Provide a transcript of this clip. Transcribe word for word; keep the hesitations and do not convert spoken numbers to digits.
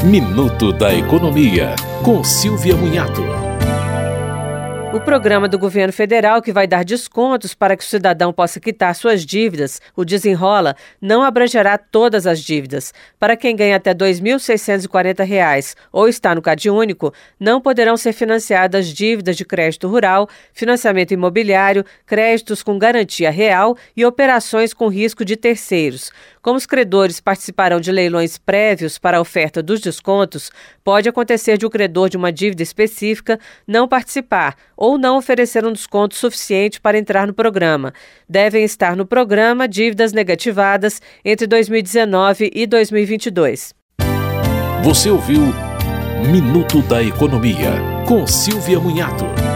Minuto da Economia, com Silvia Munhato. O programa do governo federal que vai dar descontos para que o cidadão possa quitar suas dívidas, o Desenrola, não abrangerá todas as dívidas. Para quem ganha até dois mil seiscentos e quarenta reais ou está no CadÚnico, não poderão ser financiadas dívidas de crédito rural, financiamento imobiliário, créditos com garantia real e operações com risco de terceiros. Como os credores participarão de leilões prévios para a oferta dos descontos, pode acontecer de o credor de uma dívida específica não participar ou não oferecer um desconto suficiente para entrar no programa. Devem estar no programa dívidas negativadas entre dois mil e dezenove e dois mil e vinte e dois. Você ouviu Minuto da Economia, com Silvia Munhato.